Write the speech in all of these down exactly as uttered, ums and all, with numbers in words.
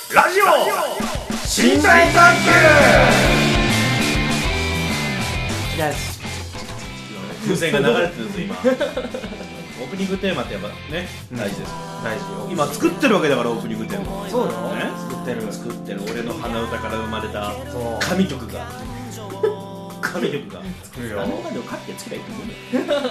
ラジオ身体関係風船が流れてるんですよ今オープニングテーマってやっぱね大事です、うん、大事よ。今作ってるわけだからオープニングテーマそうだよ、 ね、作ってる作ってる俺の鼻歌から生まれた神曲が神曲が作るよ。あの歌でも書いて作ればいいと思うんだよ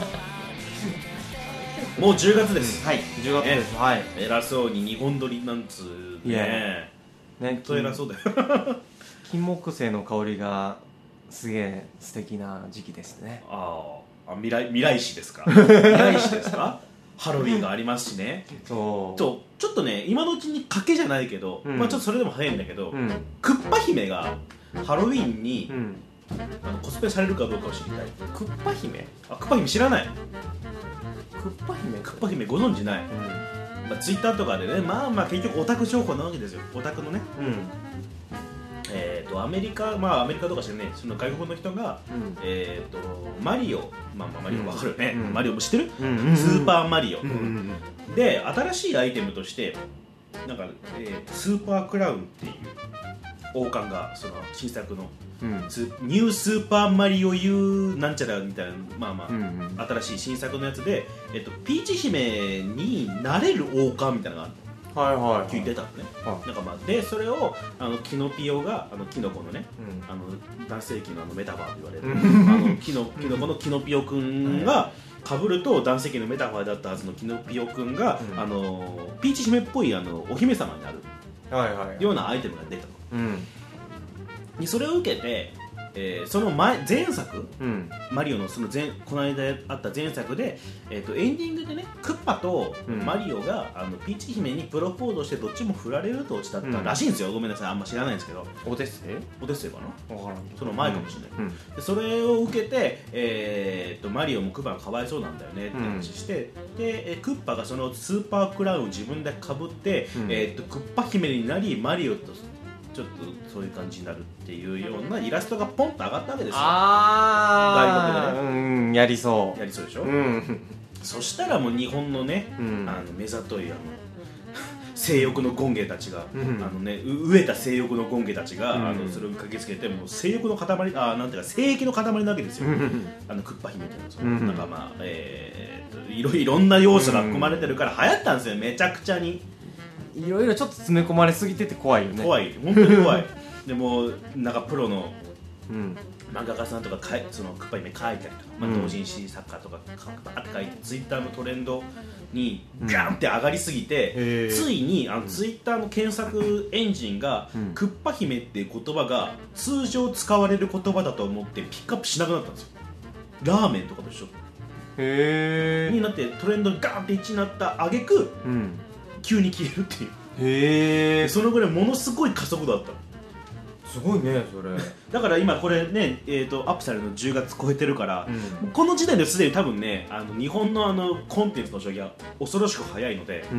もうじゅうがつです。 はい、じゅうがつです、ね、はい。 偉そうに日本撮りなんつうねね、ほんと偉そうだよ金木犀の香りがすげえ素敵な時期ですね。 ああ、未来未来史ですか未来史ですかハロウィンがありますしね。 そうとちょっとね今のうちに賭けじゃないけど、うん、まあちょっとそれでも早いんだけど、うん、クッパ姫がハロウィンに、うん、あのコスプレされるかどうかを知りたい。 クッパ姫？ あ、クッパ姫知らない？ クッパ姫？ クッパ姫ご存知ない？うん、まあ、ツイッターとかでね、まあまあ結局オタク情報なわけですよ。オタクのね、うん、えーとアメリカ、まあアメリカとかしてね、その外国の人が、うん、えーとマリオ、まあまあマリオわかるよね、うん、マリオも知ってる？うんうんうん、スーパーマリオ、うんうんうん、で新しいアイテムとしてなんか、えー、スーパークラウンっていう王冠がその新作の、うん、ニュースーパーマリオ U なんちゃらみたいな、まあまあ、うんうん、新しい新作のやつで、えっと、ピーチ姫になれる王冠みたいなのがある。はいはいはい、聞いてたのね、はい、なんかまあでそれをあのキノピオがあのキノコのね、うん、あの男性器のあのメタファーと言われるあのキノキノコのキノピオくんが被ると男性器のメタファーだったはずのキノピオくんが、うん、あのピーチ姫っぽいあのお姫様になる、はいはい、ようなアイテムが出たの、うん、でそれを受けて、えー、その前前作、うん、マリオのその前この間あった前作で、えー、とエンディングでねクッパとマリオが、うん、あのピーチ姫にプロポーズをしてどっちも振られると落ちたったらしいんですよ、うん、ごめんなさいあんま知らないんですけど。 オデッセイオデッセイかな分からんその前かもしれない、うん、でそれを受けて、えー、とマリオもクッパがかわいそうなんだよねって話して、うん、でクッパがそのスーパークラウンを自分でかぶって、うんえー、とクッパ姫になりマリオとちょっとそういう感じになるっていうようなイラストがポンと上がったわけですよ。 あ外国でね、うん、やりそうやりそうでしょ、うん、そしたらもう日本のね、うん、あの目ざといあの性欲のゴンゲたちが、うん、あのね、飢えた性欲のゴンゲたちが、うん、あのそれを駆けつけてもう性欲の塊あなんていうか性域の塊なわけですよ、うん、あのクッパ姫っていうのはその、うん、なんかまあ、えー、といろいろんな要素が含まれてるから流行ったんですよめちゃくちゃに。 いろいろちょっと詰め込まれすぎてて怖いよね。 怖い本当に怖いでもなんかプロの、うん、漫画家さんとかかいそのクッパ姫描いたりとか、まあ、同人誌作家とかバーって書いて、うん、ツイッターのトレンドにガンって上がりすぎて、うん、ついにあのツイッターの検索エンジンが、うん、クッパ姫っていう言葉が通常使われる言葉だと思ってピックアップしなくなったんですよ。ラーメンとかと一緒へーになってトレンドがガンっていちになった挙句、うん急に消えるっていう。へえ。そのぐらいものすごい加速度だったの。 すごいねそれだから今これね、えー、とアップされるのじゅうがつ超えてるから、うん、この時点ですでに多分ねあの日本のあのコンテンツの消費が恐ろしく早いので、うん、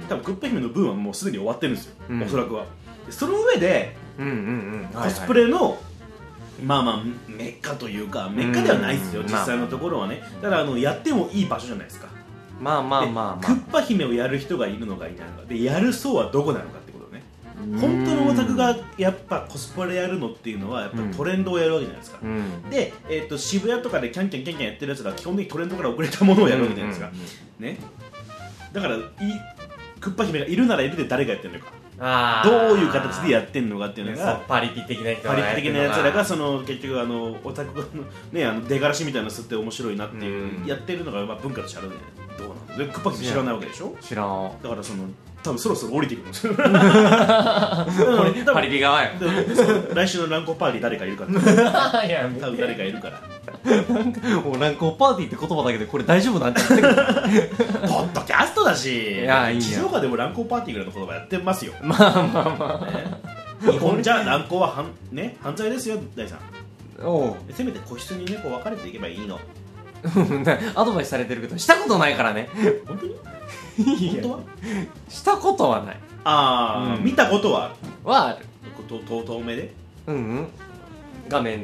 多分クッパ姫の分はもうすでに終わってるんですよ、うん、おそらくは。その上で、うんうんうん、コスプレの、はいはいまあまあメッカというかメッカではないですよ、うん、実際のところはね。だからあのやってもいい場所じゃないですか。 まあまあまあまあ、 クッパ姫をやる人がいるのかいないのかでやる層はどこなのかってことね。本当のオタクがやっぱコスプレやるのっていうのはやっぱトレンドをやるわけじゃないですか、うん、で、えー、と渋谷とかでキャンキャンキャンキャンやってるやつが基本的にトレンドから遅れたものをやるわけじゃないですか、うんうんうん、ね、だからいクッパ姫がいるならいるで誰がやってるのかあどういう形でやってるのかっていうのがパリピ的な人パリピ的なやつらがその結局あのオタクの、ね、あの出がらしみたいなの吸って面白いなっていう、うん、やってるのがまあ文化としてあるんでどうなのでクッパ姫知らないわけでしょ。 知らん。だからその多分そろそろ降りてくるんですよパリピ側よ来週の乱交パーティー誰かいるからいや多分誰かいるからもう乱交パーティーって言葉だけでこれ大丈夫なんて言ってくるポッドキャストだしいやいい地上波でも乱交パーティーぐらいの言葉やってますよ。 まあまあまあ、 ね、日本じゃ乱交ははん、ね、犯罪ですよ大さん。おせめて個室にねこう分かれていけばいいのアドバイスされてるけどしたことないからね本当に本当はしたことはない。 ああ、うん、見たことははあると遠目でうんうん画面で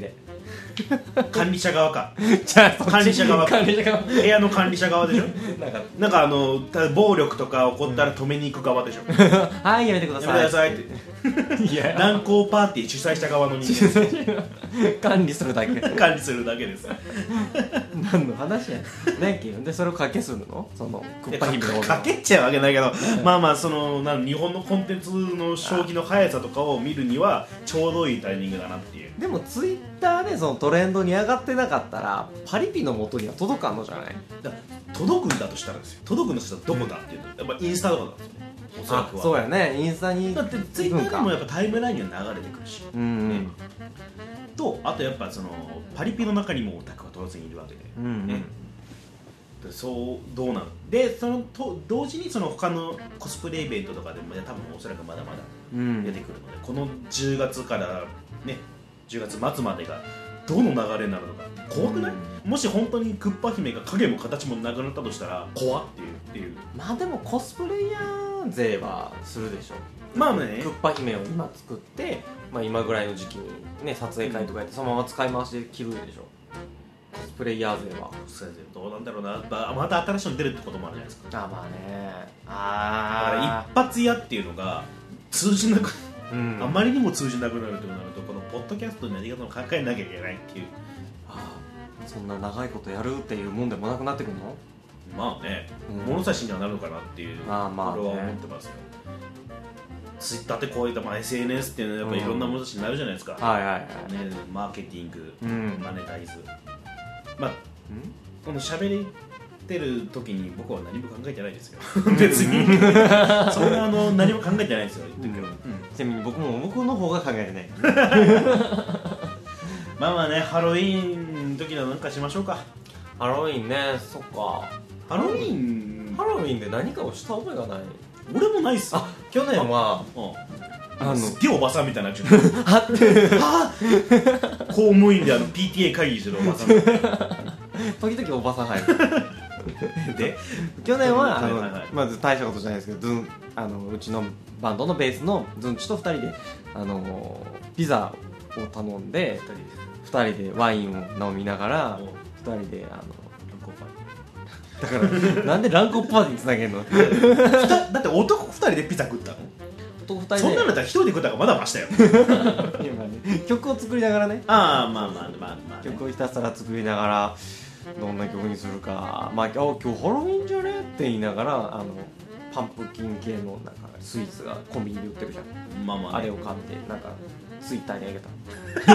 管理者側かじゃあ管理者側か管理者側部屋の管理者側でしょなんかなんかあの暴力とか起こったら止めに行く側でしょ、 はいやめてくだやさいめてくださいっていや乱交パーティー主催した側の人管理するだけ間管理するだけです。 何の話やねんっけでそれを賭けするのそのクッパ姫のことかけっちゃうわけないけどまあまあそのなん日本のコンテンツの将棋の速さとかを見るにはちょうどいいタイミングだなっていう。 でもツイッターでそのトレンドに上がってなかったらパリピの元には届かんのじゃないだ届くんだとしたらですよ、届くのしたらどこだっていうとやっぱインスタとかなんですよね、おそらくは。 そうやねインスタにだってツイッターでもやっぱタイムラインには流れてくるし、 うんうん、 ね、とあとやっぱそのパリピの中にもオタクは当然いるわけで、 うんうんね、でそうどうなんでそのと同時にその他のコスプレイベントとかでも、ね、多分おそらくまだまだうん出てくるので、このじゅうがつからねじゅうがつ末までがどの流れになるのかって怖くない、うん、もし本当にクッパ姫が影も形もなくなったとしたら怖っていうっていう。 まあでもコスプレイヤー勢はするでしょ。 まあねクッパ姫を今作って、まあ、今ぐらいの時期にね撮影会とかやってそのまま使い回しで着るでしょコスプレイヤー勢は。 どうなんだろうな、また新しいの出るってこともあるじゃないですか。 あまあねあだあから一発屋っていうのが通じなく、 うん、 あまりにも通じなくなるとなるとこのポッドキャストのやり方も考えなきゃいけないっていう。 あそんな長いことやるっていうもんでもなくなってくるの。 まあね、 うん、 物差しにはなるのかなっていうところはまあまあね思ってますよ。ツイッターってこういった、まあ、エスエヌエス っていうのはやっぱりいろんな物差しになるじゃないですか、 うん、はいはいはい、 ね、マーケティング、 うん、 マネタイズ、まあこの喋りてる時に僕は何も考えてないですよ別にそんなあの何も考えてないですよ言ってるけど、 うん、ちなみに僕も僕の方が考えてないまあまあね、ハロウィーンの時は何かしましょうか。 ハロウィーンね、そっか。 ハロウィーンハロウィーンで何かをした覚えがない。 俺もないっすよ。 あ、去年はあのすっげえおばさんみたいになっちゃうはっては公務員であの ピーティーエー 会議してるおばさん時々おばさん入るで去年はあの、はいはい、まず大したことじゃないですけどズンあのうちのバンドのベースのズンチとふたりであのピザを頼んでふたりでワインを飲みながらふたりであのだからなんで乱交パーティーにつなげるのだって男ふたりでピザ食ったの。 男ふたりでそんなのだったら一人で食った方がまだましたよ曲を作りながらね。 ああまあまあまあまあ、ね、 曲をひたすら作りながらどんな曲にするか、まあ、あ今日ハロウィンじゃねって言いながらあのパンプキン系のなんかスイーツがコンビニで売ってるじゃん、まあまあね、あれを買ってなんかツイッターにあげた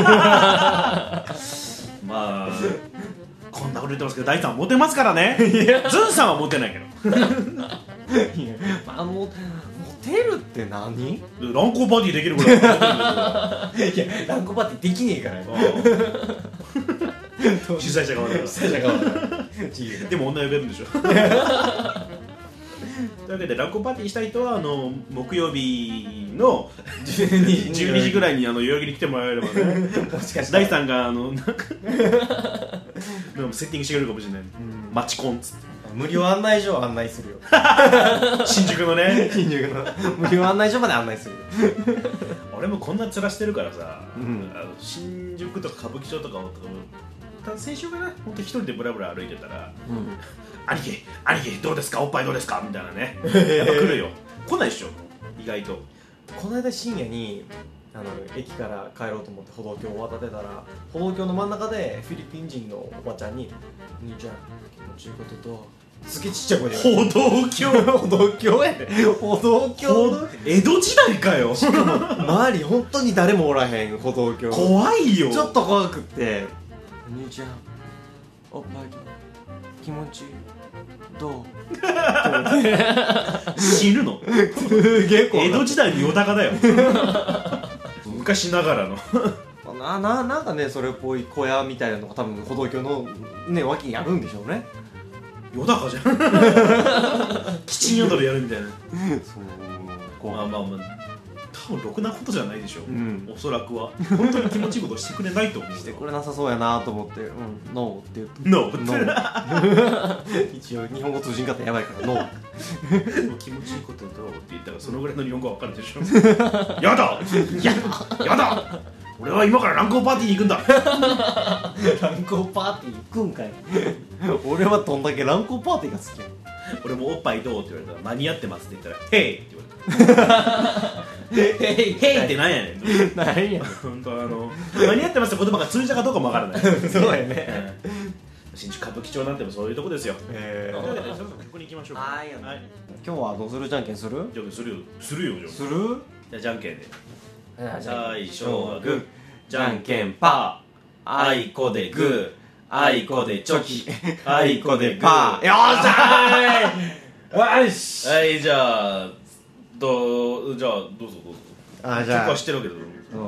まあこんなこと言ってますけど大さんはモテますからねズンさんはモテないけどいや、 まあ、モテるって何？ 乱交パーティーできるぐらいいや乱交パーティーできねえから主催者側だから主催者側だからでも女呼べるんでしょというわけで乱交パーティーしたい人はあの木曜日のじゅうにじぐらいにあの代々木に来てもらえればねもしかして大さんがあのなんかセッティングしてくれるかもしれない、うん、マチコンっつって無料案内所を案内するよ新宿のね新宿の無料案内所まで案内するよ俺もこんな面してるからさ、 うん、 あの新宿とか歌舞伎町とか先週かな本当一人でブラブラ歩いてたら、うん、兄貴兄貴どうですかおっぱいどうですかみたいなねやっぱ来るよ来ないっしょ意外と。 この間深夜にあの駅から帰ろうと思って歩道橋を渡ってたら歩道橋の真ん中でフィリピン人のおばちゃんに「兄ちゃん気持ちいいこととすげえちっちゃい声で歩道橋歩道橋やで歩道橋江戸時代かよしかも周り本当に誰もおらへん歩道橋怖いよちょっと怖くって「兄ちゃんおっぱい気持ちいいどう?」 死ぬのすげえ怖い江戸時代の夜高だよ昔ながらのな, な, なんかねそれっぽい小屋みたいなのが多分歩道橋の、ね、脇にあるんでしょうね。 夜高じゃんキチン宿でやるみたいなそうまあまあまあ多分ろくなことじゃないでしょう、うん、おそらくは本当に気持ちいいことしてくれないと思うしてくれなさそうやなと思って「うん、ノー」って言って 「ノー」 一応日本語通じんかったらやばいから「ノー」 気持ちいいことどうって言ったらそのぐらいの日本語は分かるでしょやだやだやだ俺は今から乱交パーティーに行くんだ乱交パーティー行くんかい俺はどんだけ乱交パーティーが好きや。 俺もおっぱいどうって言われたら間に合ってますって言ったら「ヘイ!」って言われた「ヘイ!」ってなんやねんなんや本当あの間に合ってますって言葉が通じたかどうかもわからないそうやね、 うん、新宿歌舞伎町なんてもそういうとこですよ。 へえ。 というわけでそろそろここに行きましょうか。 はい、はい、今日はどうする？じゃんけんする？ じゃんけんするよするよじゃんする？ じゃあじゃんけんで最初はグーじゃんけんパーあいこでグーあいこでチョキあいこでグー。 よっしゃーいよしはいじゃあどうじゃあどうぞどうぞ。 あじゃあ結構は知ってるわけど、うん、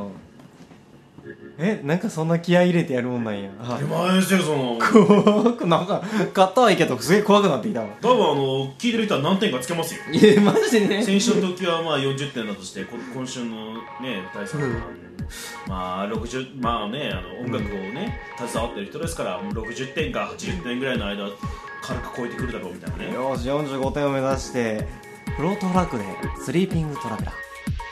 えなんかそんな気合い入れてやるもんなんや。 当たり前ですよその怖くなんか買ったはいいけどすげえ怖くなってきたわ。 多分あの聞いてる人は何点かつけますよ。 いやマジでね。 先週の時はまあよんじゅってんだとしてこ今週のね大佐は、うん、まあろくじゅうまあねあの音楽をね、うん、携わってる人ですからろくじゅってんかはちじゅってんぐらいの間軽く超えてくるだろうみたいなね。 よしよんじゅうごてんを目指してフロートフラッグでスリーピングトラベラー。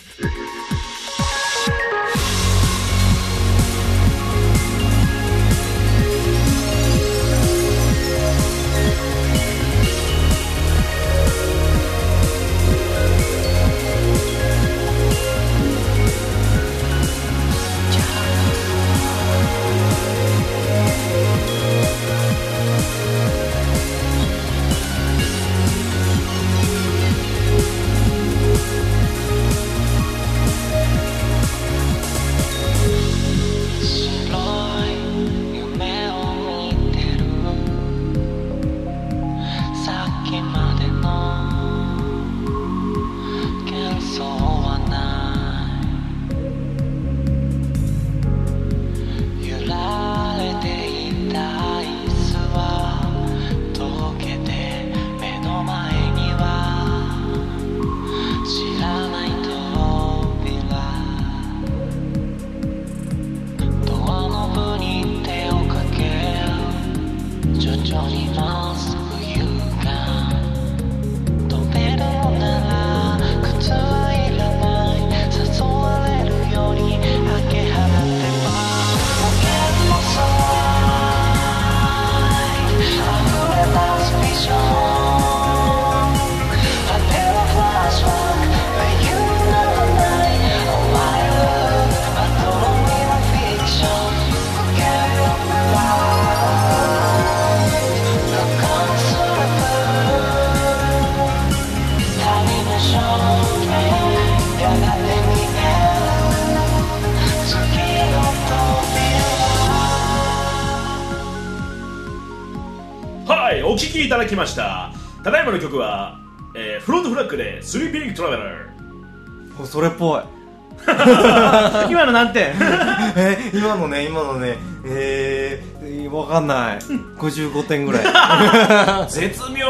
お聴きいただきました。ただいまの曲は、えー、フロントフラッグでスリーピングトラベラー。 それっぽい今の何点えー、今のね今のねえー、わかんないごじゅうごてんぐらい絶妙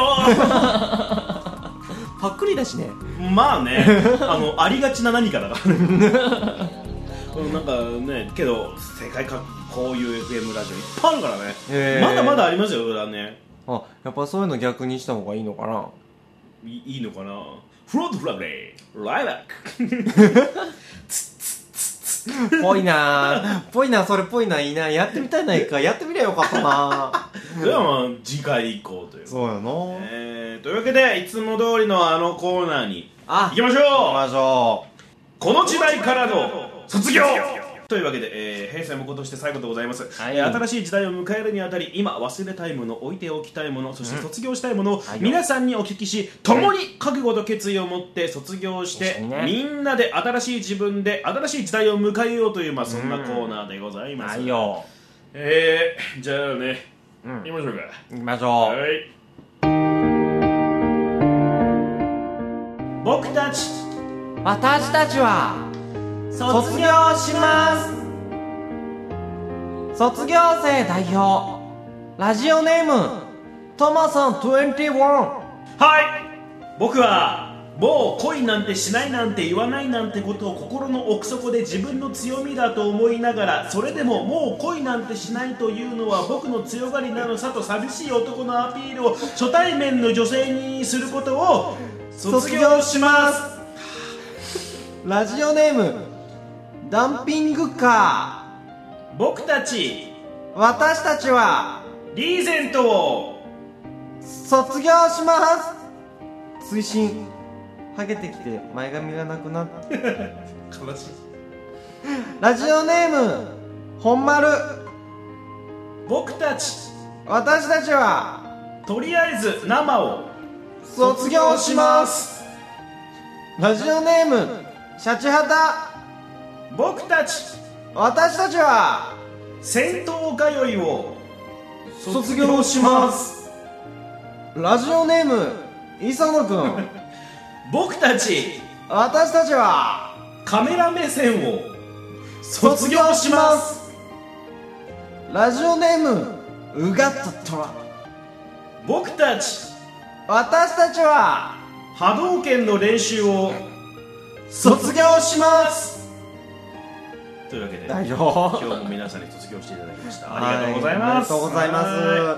パックリだしね。 まあねあのありがちな何かだからなんかねけど世界各こういう エフエム ラジオいっぱいあるからね、えー、まだまだありますよ裏ね。 あやっぱそういうの逆にした方がいいのかな。 い, いいのかな。フロントフラッグでライラックぽいなぽいなそれぽいないいな。やってみたいないかやってみりゃよかったなそれはまあ次回以降という。 そうやな、 えー、というわけでいつも通りのあのコーナーに行きましょう。 行きましょう。 この時代からの卒業というわけで、えー、平成も今年で最後でございます、はい、新しい時代を迎えるにあたり今忘れたいもの置いておきたいものそして卒業したいものを皆さんにお聞きし、共に覚悟と決意を持って卒業して、ね、みんなで新しい自分で新しい時代を迎えようという、まあ、そんなコーナーでございます、 はいよ。 えー、じゃあね、うん、行きましょうか。 行きましょう。はい、 僕たち私たちは卒業します。卒業生代表ラジオネームトマさんにじゅういち。 はい僕はもう恋なんてしないなんて言わないなんてことを心の奥底で自分の強みだと思いながら、それでももう恋なんてしないというのは僕の強がりなのさと寂しい男のアピールを初対面の女性にすることを卒業します。 ラジオネームダンピングカー。僕たちー、私たちはリーゼントを卒業します。推進ハゲてきて前髪がなくなって悲しい。 ラジオネーム本丸、 僕たち私たちはとりあえず生を卒業します。ラジオネームシャチハタ、 僕たち私たちは銭湯通いを卒業します。ラジオネーム磯野くん、 僕たち私たちはカメラ目線を卒業します。 ラジオネームうがったトラ、 僕たち私たちは波動拳の練習を卒業します。 というわけで大丈夫、 今日も皆さんに卒業していただきました。ありがとうございます。 ありがとうございます。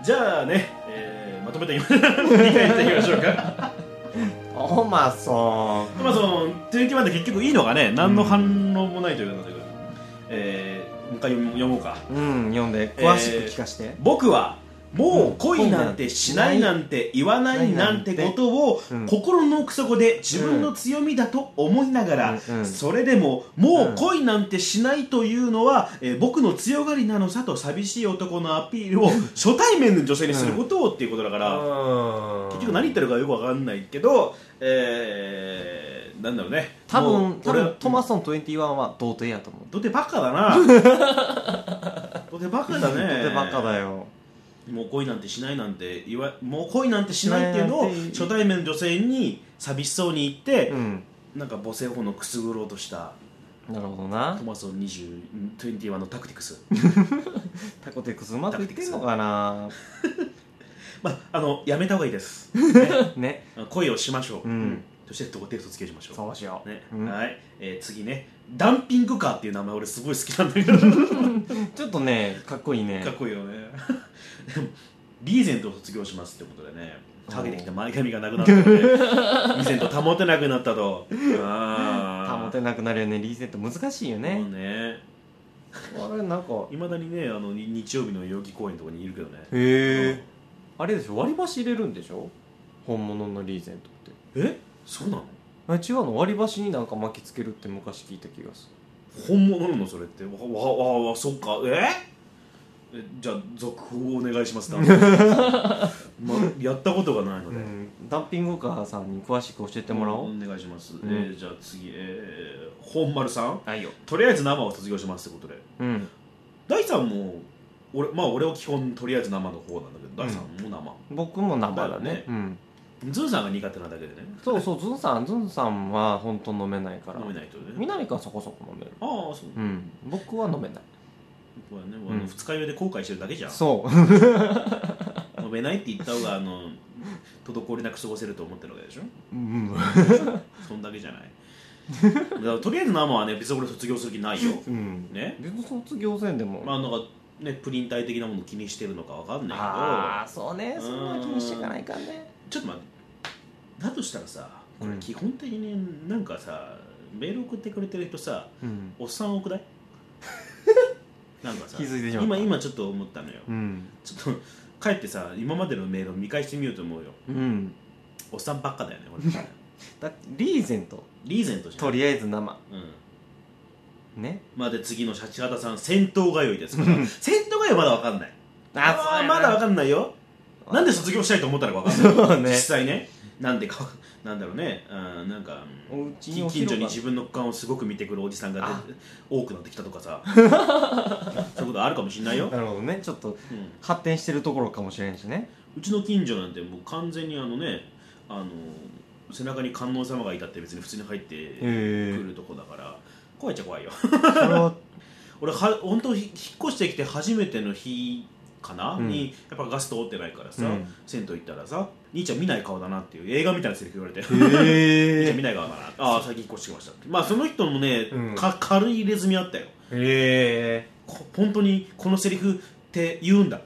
じゃあね、えー、まとめて理解していきましょうか。 おまそまあそのトゥエンティワンで結局いいのがね、何の反応もないということで、えー、もう一回読もうか。 うん読んで詳しく聞かして、 えー、僕はもう恋なんてしないなんて言わないなんてことを心の奥底で自分の強みだと思いながら、それでももう恋なんてしないというのは、えー、僕の強がりなのさと寂しい男のアピールを初対面の女性にすることをっていうことだから、結局何言ってるかよくわかんないけど、えー、なんだろうね、 多分多分トマソンにじゅういちは童貞やと思う。 童貞バカだな。童貞バカだね。 童貞バカだよ。 もう恋なんてしないなんて言わもう恋なんてしないっていうのを初対面の女性に寂しそうに言って、うん、なんか母性本能くすぐろうとした。 なるほどな。 トマソンにじゅう、にじゅういちのタクティクス。 タクティクスうまくいってんのかな。 まああのやめた方がいいです。ね。ね恋をしましょう。うん、そして童貞卒業しましょう。 そうしよう。 ね、 うん、 はい、えー、次ね。ダンピングカーっていう名前俺すごい好きなんだけど。 ちょっとねかっこいいね。 かっこいいよね。リーゼントを卒業しますってことでね、ハゲてきて前髪がなくなったので、リーゼント保てなくなったと。 あ保てなくなるよね。リーゼント難しいよね。 もうね。 あれなんかいまだにね、あの日曜日の代々木公園のところにいるけどね。 へえ。あれでしょ、割り箸入れるんでしょ、本物のリーゼントって。 えそうなの？ あ違うの、割り箸になんか巻きつけるって昔聞いた気がする。本物なのそれって。わわわそっか。ええじゃあ続報お願いしますな。ま、やったことがないので、うん、 ダンピングカーさんに詳しく教えてもらおう。 お願いします、うん、えー、じゃあ次、えー、本丸さん、 はいよ。 とりあえず生を卒業しますってことで、うん、大さんも俺、まあ、俺は基本とりあえず生の方なんだけど、大さんも生、 うん、僕も生だね、だね、 うん、ズンさんが苦手なだけでね。 そうそう、ズンさんズンさんは本当飲めないから。 飲めないとね。 南かそこそこ飲める。 ああそう、 うん、僕は飲めない。 僕はね、あの二日酔いで後悔してるだけじゃん。 そう飲めないって言った方があの滞りなく過ごせると思ってるわけでしょ。うん、そんだけじゃない。だからとりあえず生はね、別に俺卒業する気ないよ、うん、ね。 別に卒業せんでもまあなんかね、プリン体的なもの気にしてるのかわかんないけど。 ああそうね、そんな気にしていかないかんね。 ちょっと待って、だとしたらさ、これ基本的にね、なんかさメール送ってくれてる人さ、うん、おっさん多くない？なんかさ、 気づいてしまった。 今今ちょっと思ったのよ、うん、ちょっと帰ってさ今までのメールを見返してみようと思うよ、うん、おっさんばっかだよね俺。 だリーゼントリーゼントじゃん、 とりあえず生、うん、ね。 まあで次のシャチハタさん、銭湯通いですから銭湯通いはまだわかんない。ああまだわかんないよ。なんで卒業したいと思ったのかわかんない、ね、実際ね、なんでかなんだろうね、あなんかおうちに近所に自分の区間をすごく見てくるおじさんが多くなってきたとかさそういうことあるかもしれないよ。 なるほどね、ちょっと発展してるところかもしれんしね、 うん、うちの近所なんてもう完全にあのね、あの背中に観音様がいたって別に普通に入ってくるとこだから怖いっちゃ怖いよ。俺は本当引っ越してきて初めての日かな、うん、にやっぱガス通ってないからさ、うん、銭湯行ったらさ、兄ちゃん見ない顔だなっていう映画みたいなセリフ言われて、兄ちゃん見ない顔だな、ああ最近引っ越してきましたって。まあその人もね、うん、か軽い入れ墨あったよ。へえ、本当にこのセリフって言うんだ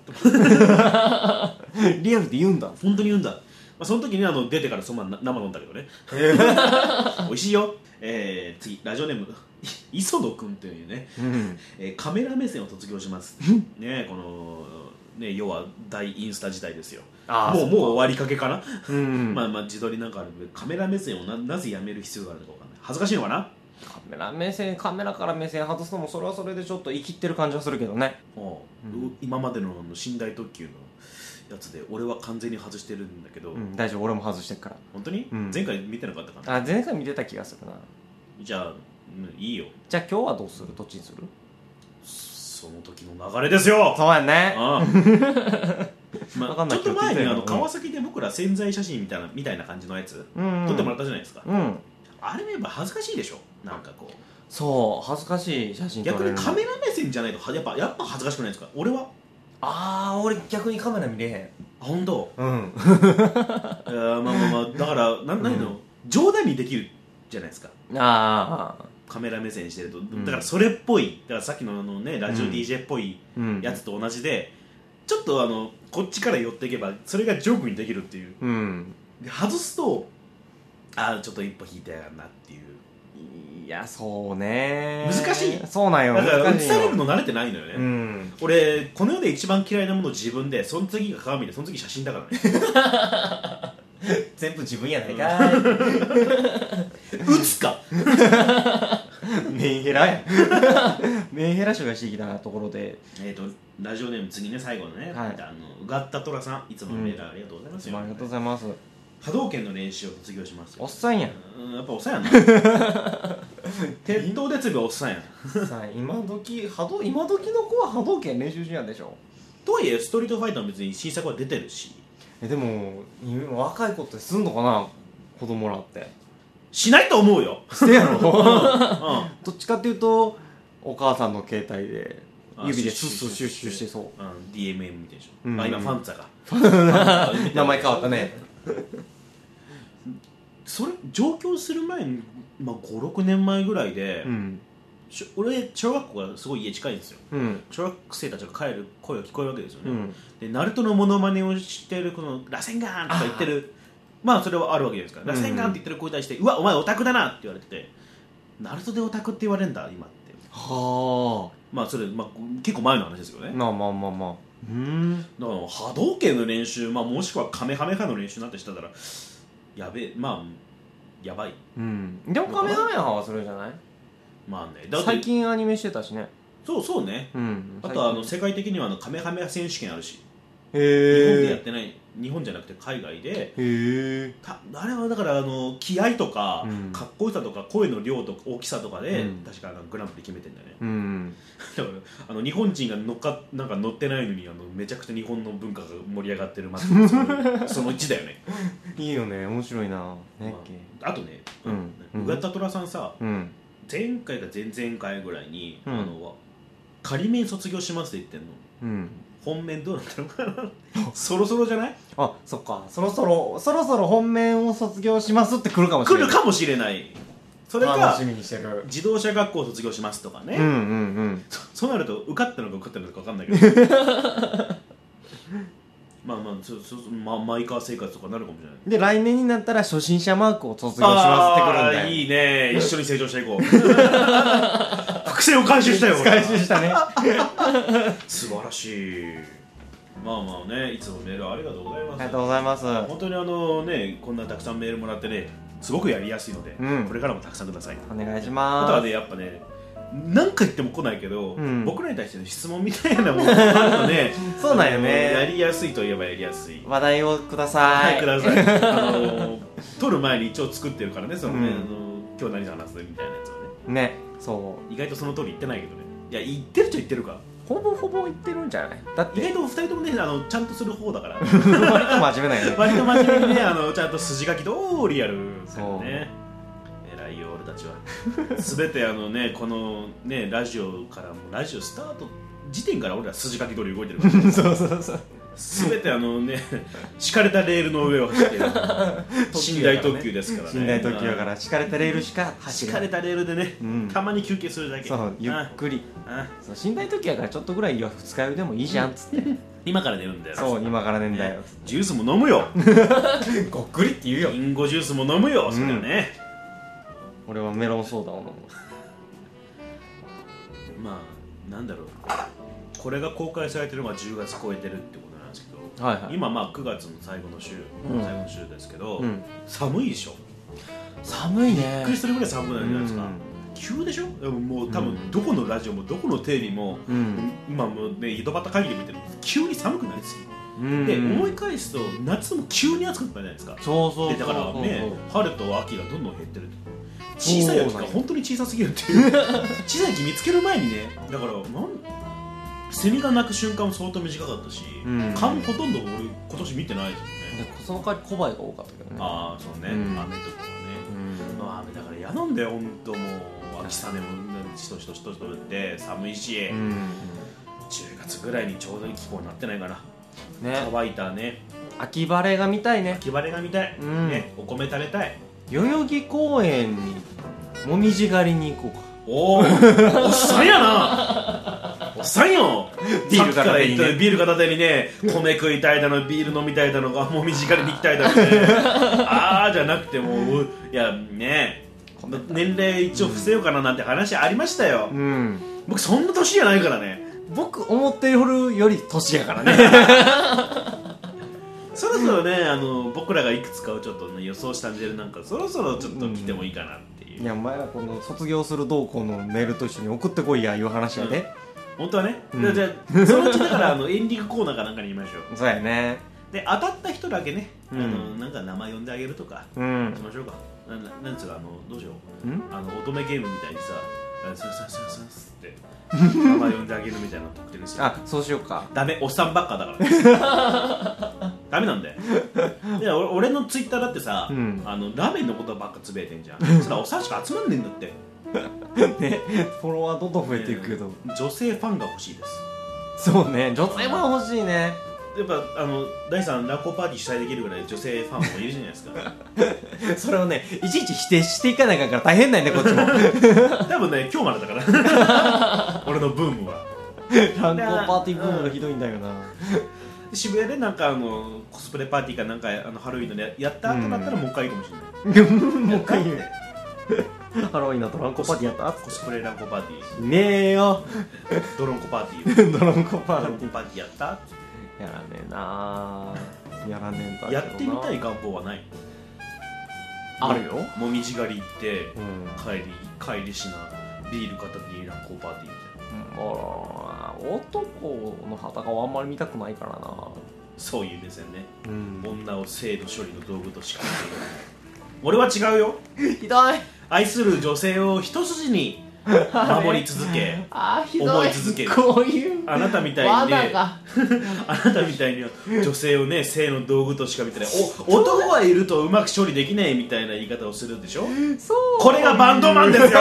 リアルで言うんだ、 本当に言うんだ。まあ、その時にあの出てからそのまま生飲んだけどね。美味しいよ。えー、次ラジオネーム磯野君というね、 うんえー、カメラ目線を卒業しますね、このね要は大インスタ時代ですよ。 あもうもう終わりかけかな、 うん、 まあまあ自撮りなんかあるんでカメラ目線を な, なぜやめる必要があるのか分かんない。恥ずかしいのかな。 カメラ目線カメラから目線外すのもそれはそれでちょっと生きってる感じはするけどね。 おう、うん、今までの寝台特急のやつで俺は完全に外してるんだけど、 うん、大丈夫俺も外してるから。 本当に、うん、前回見てなかったかな。 あ前回見てた気がするな。 じゃあ、うん、いいよ。 じゃあ今日はどうする、どっちにする。 その時の流れですよ。 そうやね。 ああまあ、ちょっと前にあの川崎で僕ら宣材写真みたいなみたいな感じのやつ、うんうん、撮ってもらったじゃないですか、うん、あれ見れば恥ずかしいでしょ。なんかこうそう恥ずかしい写真撮れる。 逆にカメラ目線じゃないとやっぱやっぱ恥ずかしくないですか。俺はああ俺逆にカメラ見れへん。 あ本当。 うんいやまあまあまあだからな何の、うん、冗談にできるじゃないですか。 ああカメラ目線してると、うん、だからそれっぽい、だからさっきのあのねラジオ ディージェー っぽいやつと同じで、うん、ちょっとあのこっちから寄っていけばそれがジョークにできるっていう、うん、で外すとああちょっと一歩引いたやんなっていう。 いやそうね難しい。 そうなんよ。 だから映されるの慣れてないのよね、 うん、 俺この世で一番嫌いなもの自分で、その次が鏡でその次写真だからね全部自分やないかい打つかメンヘラやメンヘラ臭がしてきたところで、 えーとラジオネーム次ね最後のね、はい、あのうがったとらさんいつもメールありがとうございますよ、 うん、ありがとうございます。 波動拳の練習を卒業しますよ。 おっさんやん、 うん、やっぱおっさんやんな鉄塔でつぶおっさんやんさあ今時波動今時の子は波動拳練習しやんでしょ。 とはいえストリートファイターも別に新作は出てるし。 えでも今若い子ってすんのかな、子供らって。 しないと思うよ。 してやろ、うん、どっちかっていうとお母さんの携帯で指でスッスッシュッシュしてそう、うん、 ディーエムエム みたいでしょ、うん、あ今ファンツァが名前変わったねそれ上京する前に、まあ、ごろくねんまえぐらいで、うん、俺小学校がすごい家近いんですよ、うん、小学生たちが帰る声が聞こえるわけですよね、うん、でナルトのモノマネをしてるこのラセンガーンとか言ってる、まあそれはあるわけじゃないですか、ラセンガーンって言ってる子に対して、うん、うわお前オタクだなって言われてて、ナルトでオタクって言われるんだ今って。はあまあそれ、まあ、結構前の話ですよね。 まあまあまあまあうんだから波動拳の練習、まあ、もしくはカメハメハの練習なんてしてたらやべえ、まあやばい、 うん、でもカメハメハはそれじゃない。 まあねだ最近アニメしてたしね。 そうそうね、うん、あとはあの世界的にはあのカメハメハ選手権あるし、 へ日本でやってない、日本じゃなくて海外で、 へえあれはだからあの気合とか、うん、かっこよさとか声の量とか大きさとかで、うん、確かグランプリ決めてんだよね、うん、だからあの日本人が乗っかなんか乗ってないのにあのめちゃくちゃ日本の文化が盛り上がってる祭りそのいちだよねいいよね、面白いな、ね、 まあ、あとね、うん、うがったとらさんさ、うん、前回か前々回ぐらいに、うん、あの仮免卒業しますって言ってんの、うん本面どうなったのかなそろそろじゃない。 あ、そっか、そろそろそろそろ本面を卒業しますって来るかもしれない。 来るかもしれない。それか楽しみにしてる自動車学校を卒業しますとかね、うんうんうん、そ, そうなると受かったのか受かったのか分かんないけどまあまあそそ、まあ、マイカー生活とかなるかもしれない。 で来年になったら初心者マークを卒業しますってくるんだよ。 いいね、一緒に成長していこう伏線を回収したよ回収したね素晴らしい。まあまあね、いつもメールありがとうございます。 ありがとうございます。 本当にあのね、こんなたくさんメールもらってね、すごくやりやすいので、うん、これからもたくさんください。 お願いします。 あとはね、やっぱね、何回言っても来ないけど、うん、僕らに対しての質問みたいなものがあるとねそうなんよね、 やりやすいといえばやりやすい。 話題をください。 はい、くださいあの撮る前に一応作ってるからね、そのね、うん、あの今日何話すみたいなやつをね。 ね、そう意外とその通り言ってないけどね。いや、言ってるっちゃ言ってるか、 ほぼほぼ言ってるんじゃない。だって意外とふたりともね、あのちゃんとする方だから割と真面目なんよね割と真面目にね、あのちゃんと筋書き通りやるからね。偉いよ俺たちは全てあのね、このねラジオからもラジオスタート時点から俺ら筋書き通り動いてるから、ね、 そうそうそう、 全てあのね敷かれたレールの上を走っている寝台特急ですからね。 寝台特急だから敷かれたレールしか走る。敷かれたレールでね、うん、たまに休憩するだけ。 そうゆっくり。そう寝台特急だからちょっとぐらい二日酔いでもいいじゃんっつって今から寝るんだよ。 そう今から寝るんだよ、ね、 ジュースも飲むよごっくりって言うよ。 リンゴジュースも飲むよ、うん、それはね。 俺はメロンソーダを飲む。 まあなんだろう、これが公開されてるのがじゅうがつ超えてるってことなんですけど、はいはい、今まあくがつの最後の週、うん、最後の週ですけど、うん、寒いでしょ。 寒いね。 びっくりするぐらい寒くなるじゃないですか、うん、急でしょ。もう多分どこのラジオもどこのテレビも、うん、今もうね井戸端会議で見てる急に寒くなりすぎる、うん、で思い返すと夏も急に暑くなったじゃないですか。 そうそうそうそう。 でだからね春と秋がどんどん減ってる。小さい秋が本当に小さすぎるっていう小さい秋見つける前にね、だからなんセミが鳴く瞬間も相当短かったし、うん、蚊もほとんど俺今年見てないですよね。 その代わり小バエが多かったけどね。 ああそうね、うん、雨とかはね、うん、まあ、雨だから嫌なんだよ本当。もう秋雨もしとしとしとしとって寒いし、うん、じゅうがつぐらいにちょうどいい気候になってないかな、ね、乾いたね秋晴れが見たいね。 秋晴れが見たい、うん、ね、お米食べたい。 代々木公園にもみじ狩りに行こうか。 おーおっさんやなおっさんよ。ビール片手にね、ビール片手にね、米食いたいだのビール飲みたいだのがもみじ狩りに行きたいだのねああじゃなくてもういやね、年齢一応伏せようかななんて話ありましたよ、うん、僕そんな年じゃないからね。 僕思ってるより年やからねそろそろね、あの僕らがいくつかをちょっと、ね、予想したメールなんかそろそろちょっと来てもいいかなっていう、うん、 いやお前らこの卒業する同校のメールと一緒に送ってこいやいう話やで、うん、 本当はね、うん、じゃあそのうちだからあのエンディングコーナーかなんかに言いましょうそうやね。 で当たった人だけね、うん、あのなんか名前呼んであげるとか、うん、しましょうか。な, なんつうかあのどうしよう、あの乙女ゲームみたいにさ「スースースースース」って名前呼んであげるみたいな特典にする。 あ、そうしようか。 ダメ、おっさんばっかだからダメなんだよ。いや俺のツイッターだってさ、うん、あのラーメンのことばっかつぶやいてんじゃんそれはおっさんしか集まんねえんだってね、フォロワーどんどん増えていくけど、 えー、女性ファンが欲しいです。 そうね、女性ファン欲しいね。 やっぱあの第三ラッコパーティー主催できるぐらい女性ファンもいるじゃないですかそれをねいちいち否定していかないから大変なんねこっちも多分ね今日までだから俺のブームはランコパーティーブームがひどいんだよな。 渋谷でなんかあのコスプレパーティーかなんかあのハロウィンのねやった後だったらもう一回いいかもしれない、うん、 もう一回言うハロウィンのトランコパーティーやったコスプレランコパーティーねえよドロンコパーティードロンコパーティーパーティーやったやらねえなぁやらねえんだけどな。 やってみたい願望はない？ あるよ。 もみじ狩り行って、うん、帰り帰りしなビール片手にランコパーティーみたいな、うん、あら男の裸はあんまり見たくないからな。 そういう目線ね、うん、女を性の処理の道具としか見ていない俺は違うよひどい。 愛する女性を一筋に守り続けあひどい思い続ける。 こういうあなたみたいにねあなたみたいに女性をね性の道具としか見てないお男はいるとうまく処理できないみたいな言い方をするでしょ。そうこれがバンドマンですよ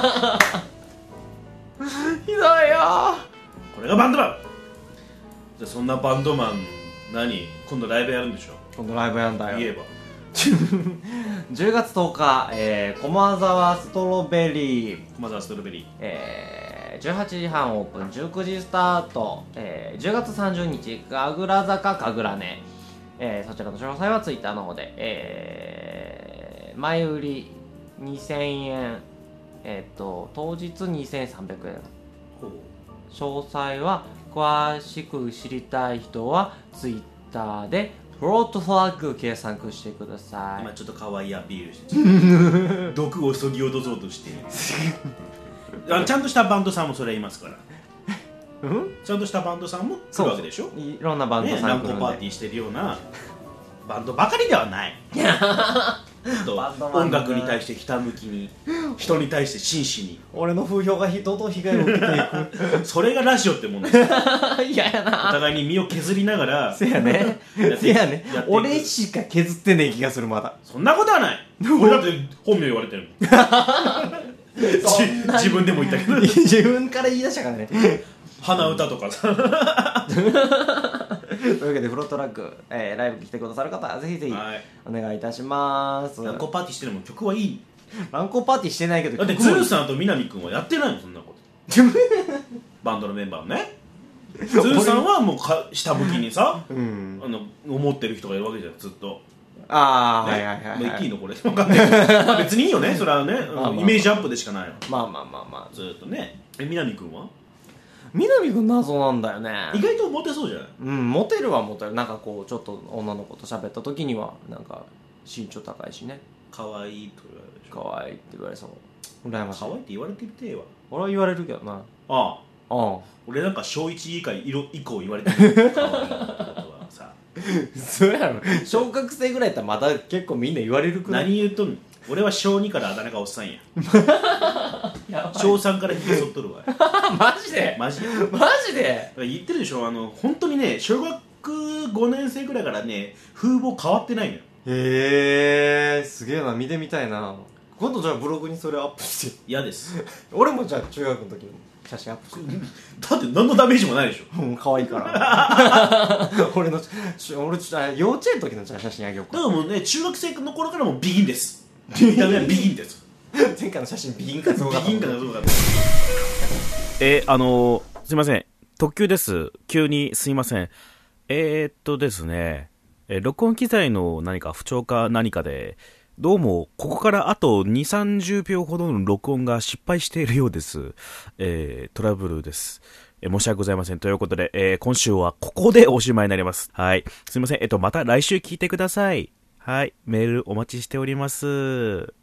ひどいよこれがバンドマン。じゃあそんなバンドマン何今度ライブやるんでしょ。 今度ライブやんだよ。 言えばじゅうがつとおか、えー、駒沢ストロベリー駒沢ストロベリー、 えー、じゅうはちじはんオープンじゅうくじスタート、えー、じゅうがつさんじゅうにち神楽坂神楽根、えー、そちらの詳細はツイッターの方で、えー、前売りにせんえん、えー、と当日にせんさんびゃくえん。詳細は詳しく知りたい人はツイッターでフロートフラッグを検索してください。 今ちょっと可愛いアピールして毒をそぎ落とそうとしてあちゃんとしたバンドさんもそれ言いますからうん、ちゃんとしたバンドさんも来るわけでしょ。 いろんなバンドさん来るんで、 ね、ランコパーティーしてるようなバンドばかりではないと音楽に対してひたむきに人に対して真摯に俺の風評が人と被害を受けていくそれがラジオってもんですよ嫌やな。 お互いに身を削りながらせやねせやね俺しか削ってねえ気がする。まだそんなことはない俺だって本名言われてる自分でも言ったけど自分から言い出したからね鼻歌とかさというわけでフロートラック、えー、ライブ来てくださる方はぜひぜひお願いいたします。 ランコパーティーしてるもん曲はいい。 ランコパーティーしてないけどだってズルさんと南くんはやってないもんそんなことバンドのメンバーねズルさんはもうか下向きにさ、うん、あの思ってる人がいるわけじゃんずっとああ、 ね、 はいはいはい、はい、 もう言っていいのこれ分かんないまあ別にいいよねそれはね、まあまあまあ、イメージアップでしかないの。 まあまあまあまあずっとね。え南くんは南くん謎なんだよね。 意外とモテそうじゃない？ うんモテるはモテる。なんかこうちょっと女の子と喋った時にはなんか身長高いしね。 可愛いと言われるでしょ。 可愛いって言われそう。羨ましい。 可愛いって言われてみてえわ。 俺は言われるけどな。 ああああ俺なんか小いち以下以降言われてる可愛いってことはさそうやろ。小学生ぐらいやったらまだ結構みんな言われるくらい。 何言うとんの。俺は小にからあだ名がおっさんや小さんからひげ剃っとるわマジでマジでマジで言ってるでしょ。あの本当にね小学ごねん生ぐらいからね風貌変わってないのよ。 へえすげえな。見てみたいな。今度じゃあブログにそれアップして嫌です俺もじゃあ中学の時の写真アップしてだって何のダメージもないでしょ。 うん可愛いから俺の俺幼稚園の時の写真あげようか。 だからもうね中学生の頃からもうビギンです見た目はビギンです前回の写真ビギンかすごかった。 ビギンかすごかった。えー、あのー、すいません特急です。急にすいません。えー、っとですね、えー、録音機材の何か不調か何かでどうもここからあとにじゅうさんじゅうびょうほどの録音が失敗しているようです。えー、トラブルです。えー、申し訳ございません。ということで、えー、今週はここでおしまいになります。はい。すいません。えっと、また来週聞いてください。はい。メールお待ちしております。